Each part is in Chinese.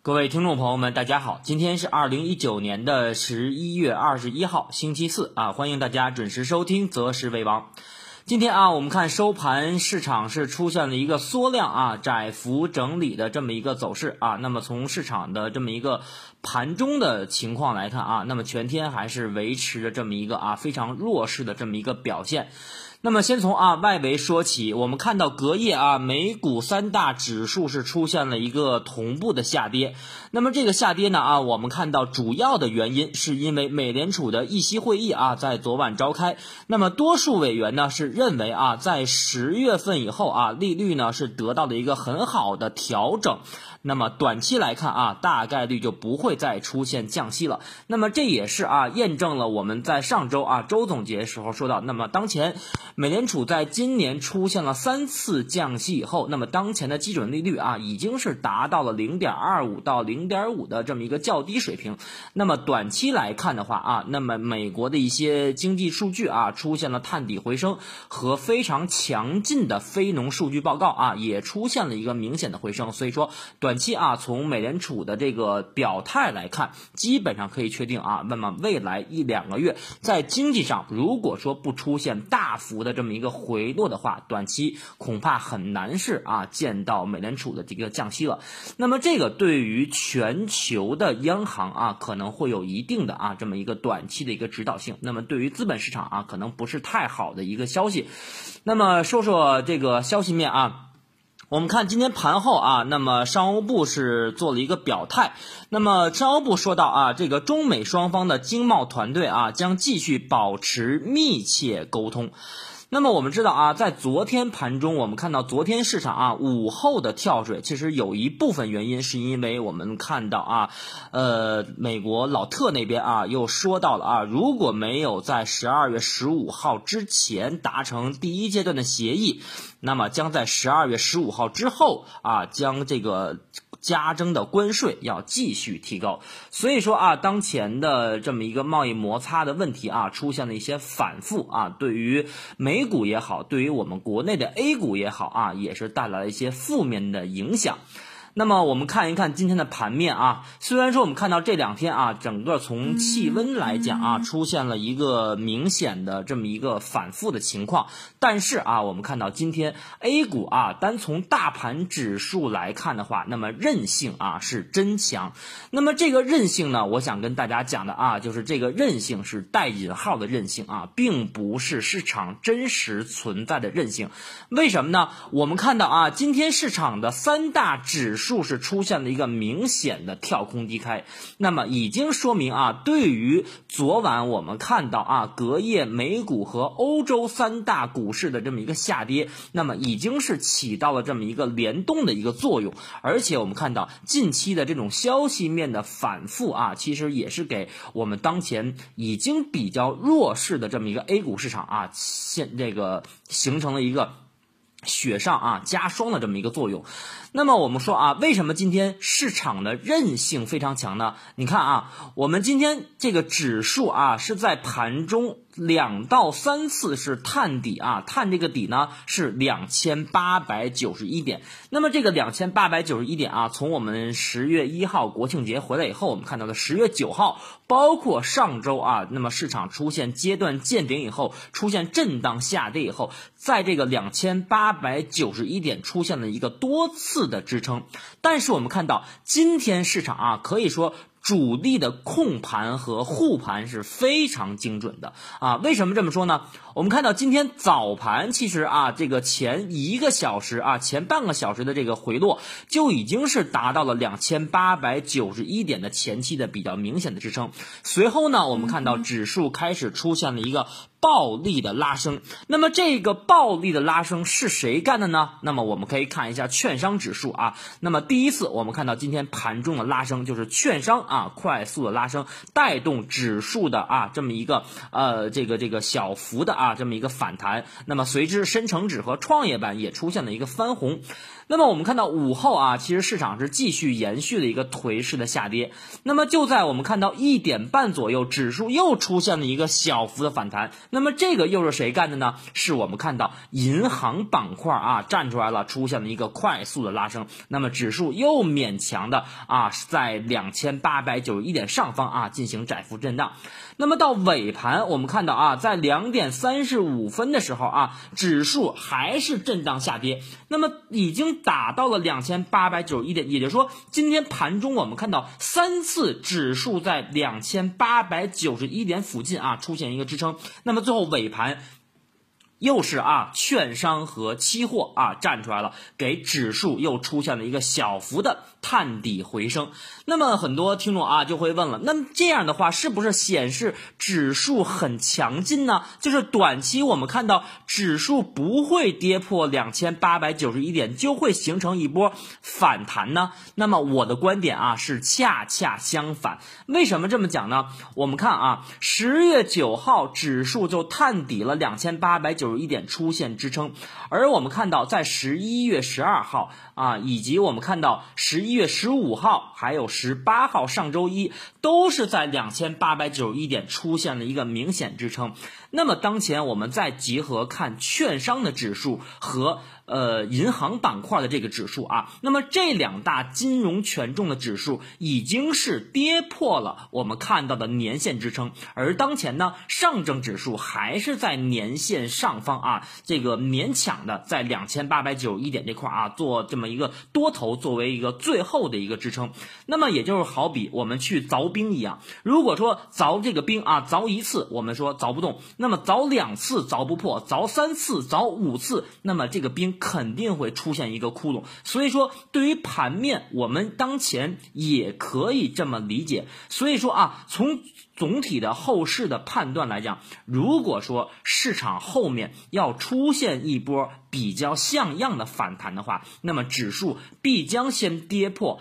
各位听众朋友们，大家好，今天是2019年的11月21号，星期四啊，欢迎大家准时收听择时为王。今天啊，我们看收盘市场是出现了一个缩量啊窄幅整理的这么一个走势啊。那么从市场的这么一个盘中的情况来看啊，那么全天还是维持着这么一个非常弱势的这么一个表现。那么先从外围说起，我们看到隔夜美股三大指数是出现了一个同步的下跌。那么这个下跌呢我们看到主要的原因是因为美联储的议息会议在昨晚召开。那么多数委员呢是认为在10月份以后利率呢是得到了一个很好的调整。那么短期来看大概率就不会再出现降息了。那么这也是验证了我们在上周周总结时候说到，那么当前美联储在今年出现了3次降息以后，那么当前的基准利率已经是达到了 0.25 到 0.5 的这么一个较低水平。那么短期来看的话那么美国的一些经济数据出现了探底回升和非常强劲的非农数据报告也出现了一个明显的回升。所以说短期从美联储的这个表态来看，基本上可以确定那么未来1-2个月在经济上如果说不出现大幅的这么一个回落的话，短期恐怕很难是见到美联储的这个降息了。那么这个对于全球的央行可能会有一定的这么一个短期的一个指导性。那么对于资本市场可能不是太好的一个消息。那么说说这个消息面我们看今天盘后那么商务部是做了一个表态。那么商务部说到这个中美双方的经贸团队将继续保持密切沟通。那么我们知道在昨天盘中，我们看到昨天市场午后的跳水，其实有一部分原因是因为我们看到美国老特那边又说到了如果没有在12月15号之前达成第一阶段的协议，那么将在12月15号之后将这个加征的关税要继续提高。所以说当前的这么一个贸易摩擦的问题出现了一些反复对于美股也好，对于我们国内的 A 股也好也是带来了一些负面的影响。那么我们看一看今天的盘面虽然说我们看到这2天整个从气温来讲出现了一个明显的这么一个反复的情况，但是我们看到今天 A 股单从大盘指数来看的话，那么韧性是真强。那么这个韧性呢，我想跟大家讲的就是这个韧性是带引号的韧性并不是市场真实存在的韧性。为什么呢？我们看到今天市场的3大指数是出现了一个明显的跳空低开，那么已经说明对于昨晚我们看到隔夜美股和欧洲3大股市的这么一个下跌，那么已经是起到了这么一个联动的一个作用。而且我们看到近期的这种消息面的反复其实也是给我们当前已经比较弱势的这么一个 A 股市场这个形成了一个雪上加霜的这么一个作用。那么我们说为什么今天市场的韧性非常强呢？你看我们今天这个指数是在盘中2到3次是探底探这个底呢是2891点。那么这个2891点从我们10月1号国庆节回来以后，我们看到的10月9号包括上周那么市场出现阶段见顶以后，出现震荡下跌以后，在这个2891点出现了一个多次的支撑。但是我们看到今天市场可以说主力的控盘和护盘是非常精准的为什么这么说呢？我们看到今天早盘其实这个前1个小时前半个小时的这个回落就已经是达到了2891点的前期的比较明显的支撑。随后呢，我们看到指数开始出现了一个暴力的拉升。那么这个暴力的拉升是谁干的呢？那么我们可以看一下券商指数那么第一次我们看到今天盘中的拉升就是券商快速的拉升带动指数的这么一个这个小幅的这么一个反弹。那么随之深成指和创业板也出现了一个翻红。 那么我们看到午后啊，其实市场是继续延续了一个颓势的下跌。那么就在我们看到1点半左右，指数又出现了一个小幅的反弹。那么这个又是谁干的呢？是我们看到银行板块啊站出来了，出现了一个快速的拉升。那么指数又勉强的在2891点上方进行窄幅震荡。那么到尾盘，我们看到在2点35分的时候指数还是震荡下跌，那么已经打到了2891点，也就是说今天盘中我们看到3次指数在2891点附近出现一个支撑，那么最后尾盘又是券商和期货站出来了，给指数又出现了一个小幅的探底回升。那么很多听众就会问了，那么这样的话是不是显示指数很强劲呢？就是短期我们看到指数不会跌破2891点，就会形成一波反弹呢？那么我的观点是恰恰相反。为什么这么讲呢？我们看10月9号指数就探底了2891点，出现支撑。而我们看到在11月12号以及我们看到11月15号还有18号上周一都是在2891点出现了一个明显支撑。那么当前我们再结合看券商的指数和银行板块的这个指数那么这2大金融权重的指数已经是跌破了我们看到的年线支撑，而当前呢上证指数还是在年线上方这个勉强的在2891点这块做这么一个多头作为一个最后的一个支撑。那么也就是好比我们去凿冰一样，如果说凿这个冰凿1次我们说凿不动，那么凿2次凿不破，凿3次凿5次，那么这个冰肯定会出现一个窟窿。所以说对于盘面我们当前也可以这么理解。所以说从总体的后市的判断来讲，如果说市场后面要出现一波比较像样的反弹的话，那么指数必将先跌破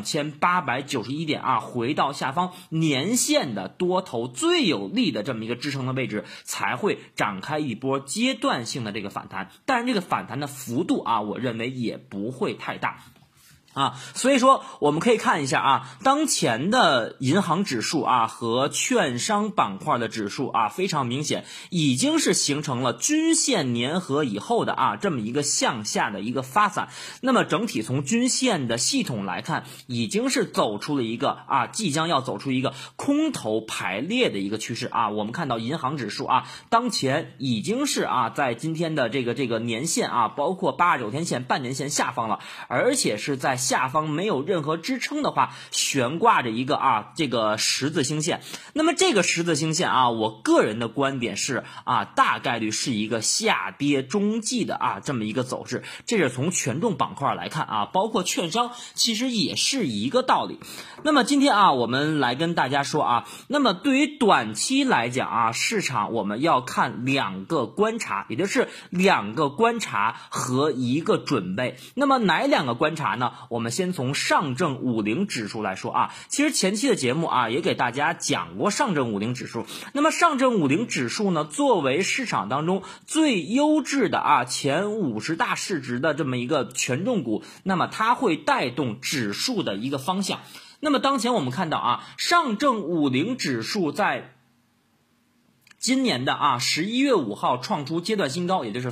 2891点回到下方年线的多头最有力的这么一个支撑的位置，才会展开一波阶段性的这个反弹。但是这个反弹的幅度我认为也不会太大。所以说我们可以看一下当前的银行指数和券商板块的指数非常明显已经是形成了均线粘合以后的这么一个向下的一个发散。那么整体从均线的系统来看，已经是走出了一个即将要走出一个空头排列的一个趋势我们看到银行指数当前已经是在今天的这个年线包括89天线、半年线下方了，而且是在下方没有任何支撑的话，悬挂着一个这个十字星线。那么这个十字星线我个人的观点是大概率是一个下跌中继的这么一个走势。这是从权重板块来看包括券商其实也是一个道理。那么今天我们来跟大家说那么对于短期来讲市场我们要看2个观察，也就是2个观察和1个准备。那么哪2个观察呢？我们先从上证50指数来说其实前期的节目也给大家讲过上证50指数。那么上证50指数呢，作为市场当中最优质的前50大市值的这么一个权重股，那么它会带动指数的一个方向。那么当前我们看到上证50指数在今年的11月5号创出阶段新高，也就是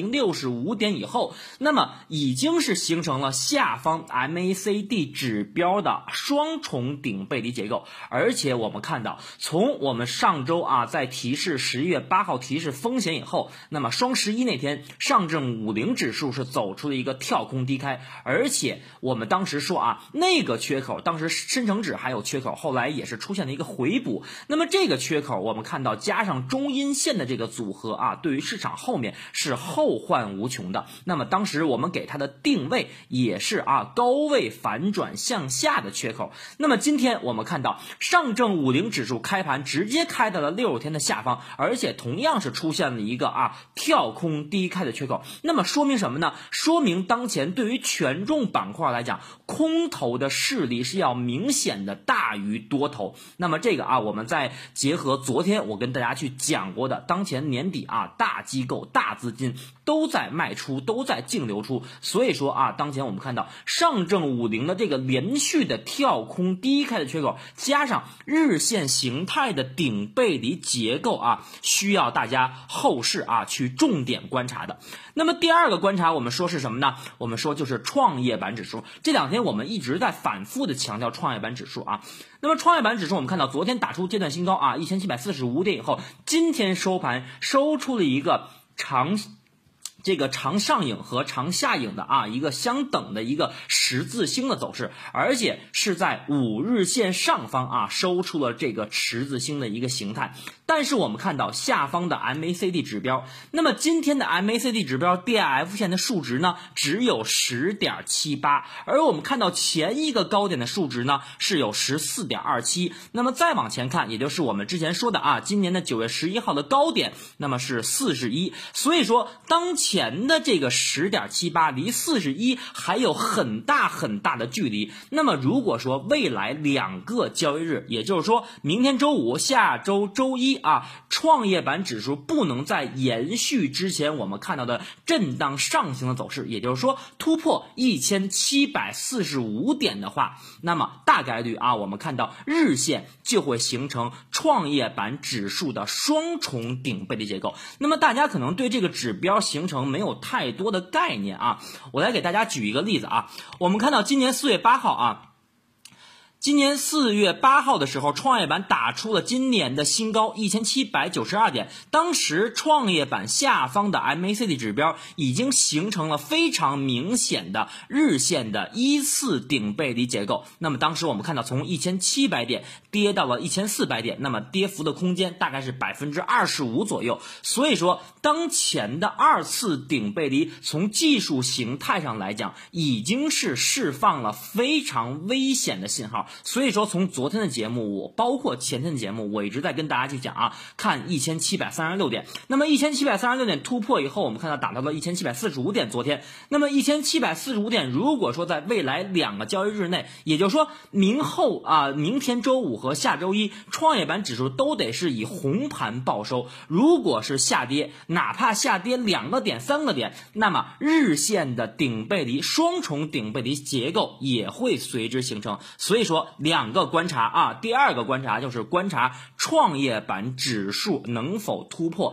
3065点以后，那么已经是形成了下方 MACD 指标的双重顶背离结构。而且我们看到从我们上周在提示11月8号提示风险以后，那么双11那天上证50指数是走出了一个跳空低开，而且我们当时说那个缺口当时深成指还有缺口，后来也是出现了一个回补。那么这个缺口我们看到加上中阴线的这个组合对于市场后面是后患无穷的。那么当时我们给它的定位也是高位反转向下的缺口。那么今天我们看到上证50指数开盘直接开到了60天的下方，而且同样是出现了一个跳空低开的缺口。那么说明什么呢？说明当前对于权重板块来讲，空头的势力是要明显的大大于多头。那么这个我们再结合昨天我跟大家去讲过的，当前年底大机构大资金都在卖出，都在净流出，所以说当前我们看到上证50的这个连续的跳空低开的缺口，加上日线形态的顶背离结构需要大家后市去重点观察的。那么第二个观察我们说是什么呢？我们说就是创业板指数。这两天我们一直在反复的强调创业板指数那么创业板指数我们看到昨天打出阶段新高1745点以后，今天收盘收出了一个长上影和长下影的一个相等的一个十字星的走势，而且是在5日线上方收出了这个十字星的一个形态。但是我们看到下方的 MACD 指标，那么今天的 MACD 指标 DIF 线的数值呢只有 10.78， 而我们看到前一个高点的数值呢是有 14.27， 那么再往前看，也就是我们之前说的今年的9月11号的高点，那么是41，所以说当前的这个 10.78 离41还有很大很大的距离。那么如果说未来2个交易日，也就是说明天周五，下周周一创业板指数不能再延续之前我们看到的震荡上行的走势，也就是说突破1745点的话，那么大概率我们看到日线就会形成创业板指数的双重顶背离结构。那么大家可能对这个指标形成没有太多的概念我来给大家举一个例子我们看到今年4月8号今年4月8号的时候，创业板打出了今年的新高1792点，当时创业板下方的 MACD 指标已经形成了非常明显的日线的依次顶背离结构。那么当时我们看到从1700点跌到了1400点，那么跌幅的空间大概是 25% 左右。所以说当前的二次顶背离从技术形态上来讲已经是释放了非常危险的信号。所以说从昨天的节目，我包括前天的节目，我一直在跟大家去讲看1736点。那么1736点突破以后，我们看到打到了1745点，昨天。那么1745点如果说在未来2个交易日内，也就是说明天周五和下周一，创业板指数都得是以红盘报收。如果是下跌，哪怕下跌2个点3个点，那么日线的顶背离双重顶背离结构也会随之形成。所以说2个观察第二个观察就是观察创业板指数能否突破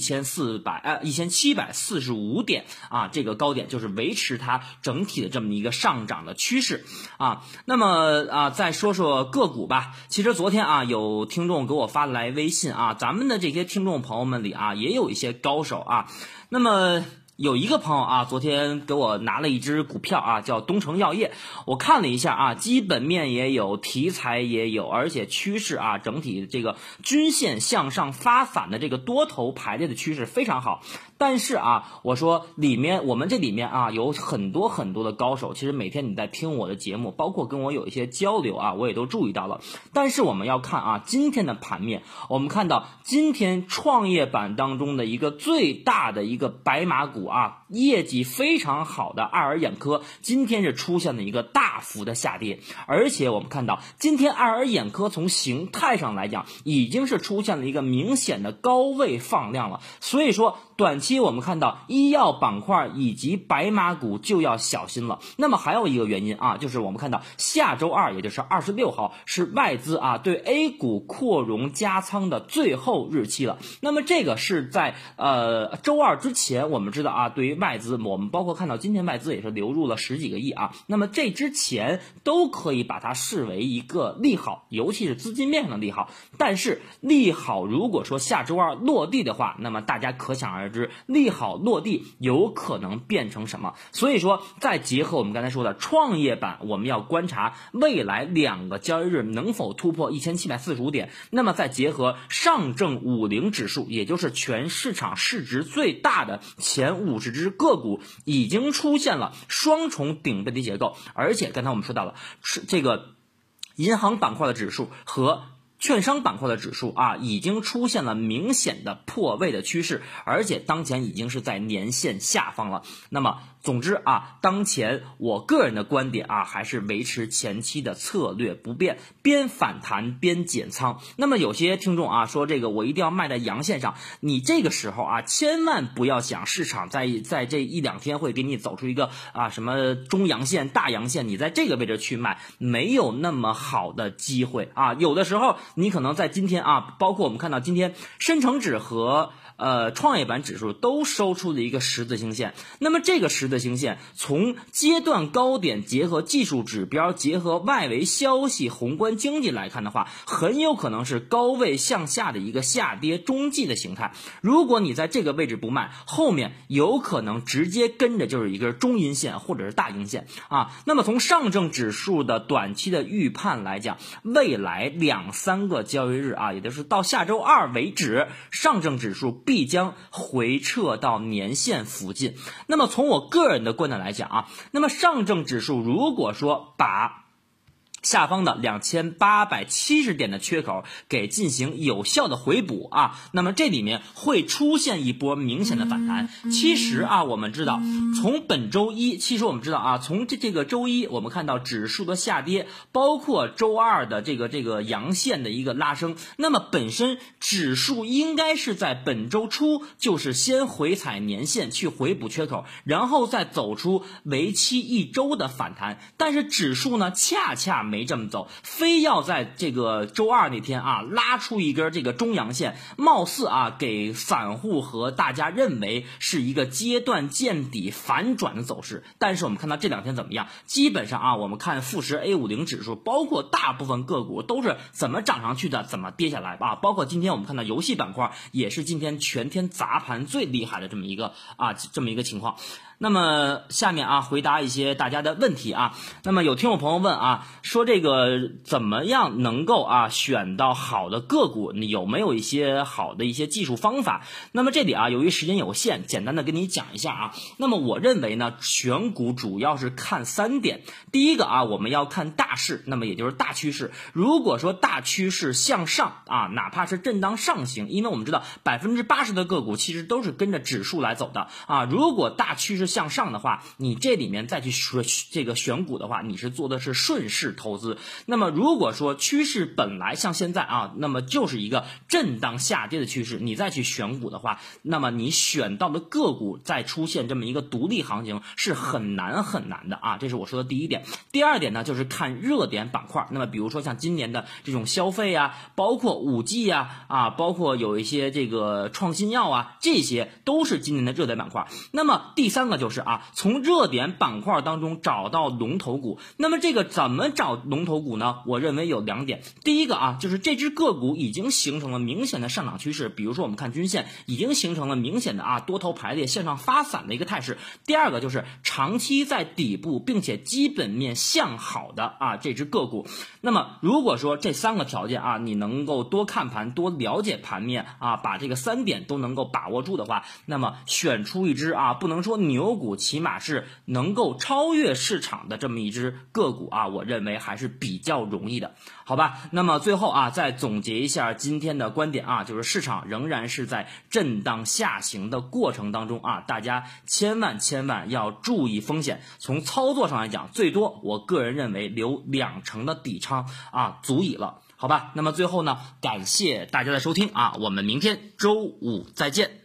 1745点这个高点，就是维持它整体的这么一个上涨的趋势那么再说说个股吧。其实昨天有听众给我发来微信咱们的这些听众朋友们里也有一些高手那么有一个朋友昨天给我拿了一只股票叫东成药业。我看了一下基本面也有，题材也有，而且趋势整体这个均线向上发散的这个多头排列的趋势非常好。但是我说我们这里面有很多很多的高手，其实每天你在听我的节目，包括跟我有一些交流我也都注意到了。但是我们要看今天的盘面，我们看到今天创业板当中的一个最大的一个白马股业绩非常好的爱尔眼科，今天是出现了一个大幅的下跌。而且我们看到今天爱尔眼科从形态上来讲已经是出现了一个明显的高位放量了。所以说短期我们看到医药板块以及白马股就要小心了。那么还有一个原因就是我们看到下周二，也就是26号是外资对 A 股扩容加仓的最后日期了。那么这个是在周二之前，我们知道对于外资，我们包括看到今天外资也是流入了10几个亿那么这之前都可以把它视为一个利好，尤其是资金面上的利好。但是利好如果说下周二落地的话，那么大家可想而知利好落地有可能变成什么。所以说再结合我们刚才说的创业板，我们要观察未来2个交易日能否突破1745点。那么再结合上证50指数，也就是全市场市值最大的前50只个股已经出现了双重顶背离结构。而且刚才我们说到了这个银行板块的指数和券商板块的指数已经出现了明显的破位的趋势，而且当前已经是在年线下方了。那么总之啊，当前我个人的观点啊，还是维持前期的策略不变，边反弹边减仓。那么有些听众啊说这个我一定要卖在阳线上，你这个时候啊千万不要想市场在这一两天会给你走出一个什么中阳线大阳线，你在这个位置去卖没有那么好的机会啊。有的时候你可能在今天啊，包括我们看到今天深成指和创业板指数都收出了一个十字星线，那么这个十字星线从阶段高点结合技术指标结合外围消息宏观经济来看的话，很有可能是高位向下的一个下跌中继的形态。如果你在这个位置不卖，后面有可能直接跟着就是一个中阴线或者是大阴线啊。那么从上证指数的短期的预判来讲，未来2-3个交易日啊，也就是到下周二为止，上证指数必将回撤到年线附近。那么从我个人的观点来讲啊，那么上证指数如果说把下方的2870点的缺口给进行有效的回补啊，那么这里面会出现一波明显的反弹。其实啊，我们知道从本周一，其实我们知道啊，从这个周一我们看到指数的下跌，包括周二的这个阳线的一个拉升，那么本身指数应该是在本周初就是先回踩年线去回补缺口，然后再走出为期1周的反弹。但是指数呢恰恰没这么走，非要在这个周二那天啊拉出一根这个中阳线，貌似啊给散户和大家认为是一个阶段见底反转的走势。但是我们看到这两天怎么样，基本上啊我们看富时 A50 指数包括大部分个股都是怎么涨上去的怎么跌下来啊，包括今天我们看到游戏板块也是今天全天砸盘最厉害的这么一个情况。那么下面啊回答一些大家的问题啊。那么有听众朋友问啊，说这个怎么样能够啊选到好的个股，你有没有一些好的一些技术方法？那么这里啊由于时间有限，简单的跟你讲一下啊。那么我认为呢，选股主要是看3点。第一个啊，我们要看大势，那么也就是大趋势。如果说大趋势向上啊，哪怕是震荡上行，因为我们知道80%的个股其实都是跟着指数来走的啊。如果大趋势向上的话，你这里面再去选股的话，你是做的是顺势投资。那么如果说趋势本来像现在啊，那么就是一个震荡下跌的趋势，你再去选股的话，那么你选到的个股再出现这么一个独立行情是很难的啊，这是我说的第一点。第二点呢，就是看热点板块。那么比如说像今年的这种消费啊，包括5G 啊，包括有一些这个创新药啊，这些都是今年的热点板块。那么第三个就是啊，从热点板块当中找到龙头股。那么这个怎么找龙头股呢？我认为有2点。第一个啊，就是这只个股已经形成了明显的上涨趋势，比如说我们看均线已经形成了明显的多头排列向上发散的一个态势。第二个就是长期在底部并且基本面向好的这只个股。那么如果说这3个条件你能够多看盘多了解盘面把这个3点都能够把握住的话，那么选出一只不能说牛股，起码是能够超越市场的这么一只个股我认为还是比较容易的，好吧？那么最后再总结一下今天的观点就是市场仍然是在震荡下行的过程当中大家千万要注意风险。从操作上来讲，最多我个人认为留2成的底仓足以了，好吧？那么最后呢，感谢大家的收听我们明天周五再见。